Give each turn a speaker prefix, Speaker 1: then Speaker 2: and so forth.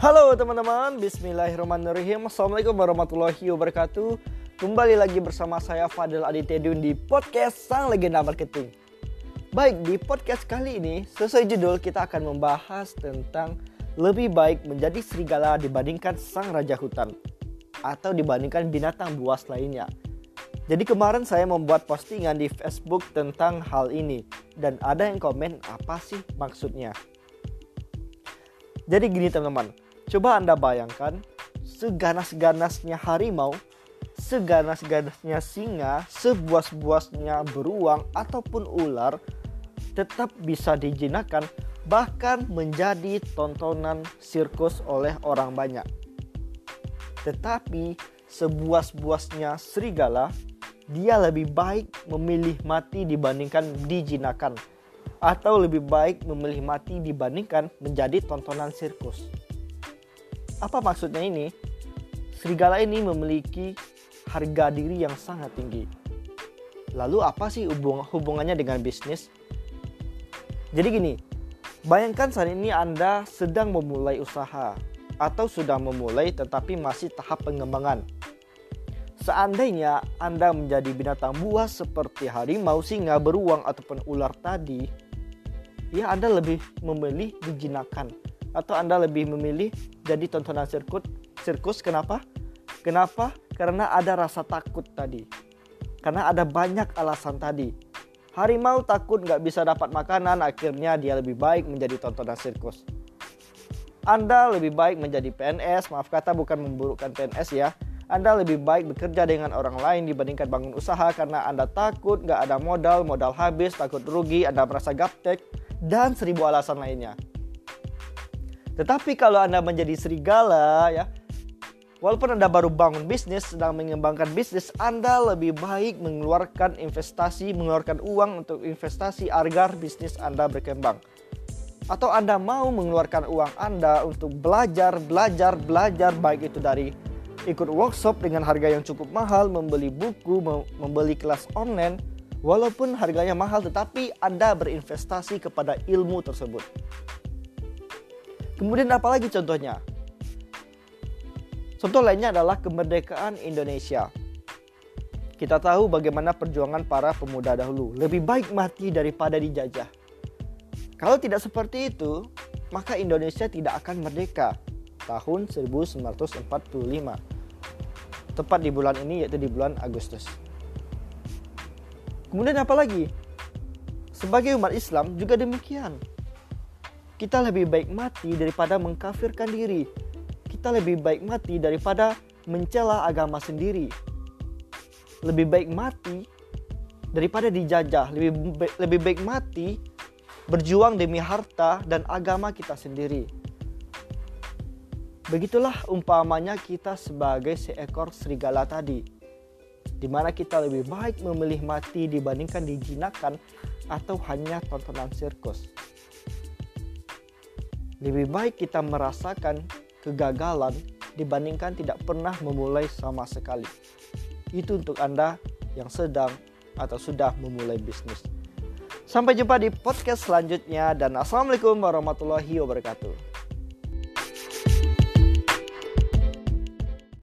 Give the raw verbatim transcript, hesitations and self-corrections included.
Speaker 1: Halo teman-teman, bismillahirrahmanirrahim. Assalamualaikum warahmatullahi wabarakatuh. Kembali lagi bersama saya Fadil Aditedun di podcast Sang Legenda Marketing. Baik, di podcast kali ini sesuai judul kita akan membahas tentang lebih baik menjadi serigala dibandingkan sang raja hutan atau dibandingkan binatang buas lainnya. Jadi kemarin saya membuat postingan di Facebook tentang hal ini dan ada yang komen apa sih maksudnya. Jadi gini teman-teman, coba Anda bayangkan seganas-ganasnya harimau, seganas-ganasnya singa, sebuas-buasnya beruang ataupun ular tetap bisa dijinakkan, bahkan menjadi tontonan sirkus oleh orang banyak. Tetapi sebuas-buasnya serigala, dia lebih baik memilih mati dibandingkan dijinakkan, atau lebih baik memilih mati dibandingkan menjadi tontonan sirkus. Apa maksudnya ini? Serigala ini memiliki harga diri yang sangat tinggi. Lalu apa sih hubung- hubungannya dengan bisnis? Jadi gini, bayangkan saat ini Anda sedang memulai usaha atau sudah memulai tetapi masih tahap pengembangan. Seandainya Anda menjadi binatang buas seperti harimau, singa, beruang ataupun ular tadi, ya Anda lebih memilih dijinakkan atau Anda lebih memilih jadi tontonan sirkus. Sirkus kenapa? Kenapa? Karena ada rasa takut tadi. Karena ada banyak alasan tadi. Harimau takut gak bisa dapat makanan, akhirnya dia lebih baik menjadi tontonan sirkus. Anda lebih baik menjadi P N S, maaf kata bukan memburukkan P N S ya. Anda lebih baik bekerja dengan orang lain dibandingkan bangun usaha karena Anda takut gak ada modal, modal habis, takut rugi, Anda merasa gaptek, dan seribu alasan lainnya. Tetapi kalau Anda menjadi serigala ya, walaupun Anda baru bangun bisnis, sedang mengembangkan bisnis, Anda lebih baik mengeluarkan investasi, mengeluarkan uang untuk investasi agar bisnis Anda berkembang. Atau Anda mau mengeluarkan uang Anda untuk belajar, belajar, belajar, baik itu dari ikut workshop dengan harga yang cukup mahal, membeli buku, membeli kelas online, walaupun harganya mahal tetapi Anda berinvestasi kepada ilmu tersebut. Kemudian apa lagi contohnya? Contoh lainnya adalah kemerdekaan Indonesia. Kita tahu bagaimana perjuangan para pemuda dahulu. Lebih baik mati daripada dijajah. Kalau tidak seperti itu, maka Indonesia tidak akan merdeka tahun seribu sembilan ratus empat puluh lima. Tepat di bulan ini, yaitu di bulan Agustus. Kemudian apa lagi? Sebagai umat Islam juga demikian. Kita lebih baik mati daripada mengkafirkan diri. Kita lebih baik mati daripada mencela agama sendiri. Lebih baik mati daripada dijajah. Lebih baik, lebih baik mati berjuang demi harta dan agama kita sendiri. Begitulah umpamanya kita sebagai seekor serigala tadi, di mana kita lebih baik memilih mati dibandingkan dijinakkan atau hanya tontonan sirkus. Lebih baik kita merasakan kegagalan dibandingkan tidak pernah memulai sama sekali. Itu untuk Anda yang sedang atau sudah memulai bisnis. Sampai jumpa di podcast selanjutnya dan Assalamualaikum warahmatullahi wabarakatuh.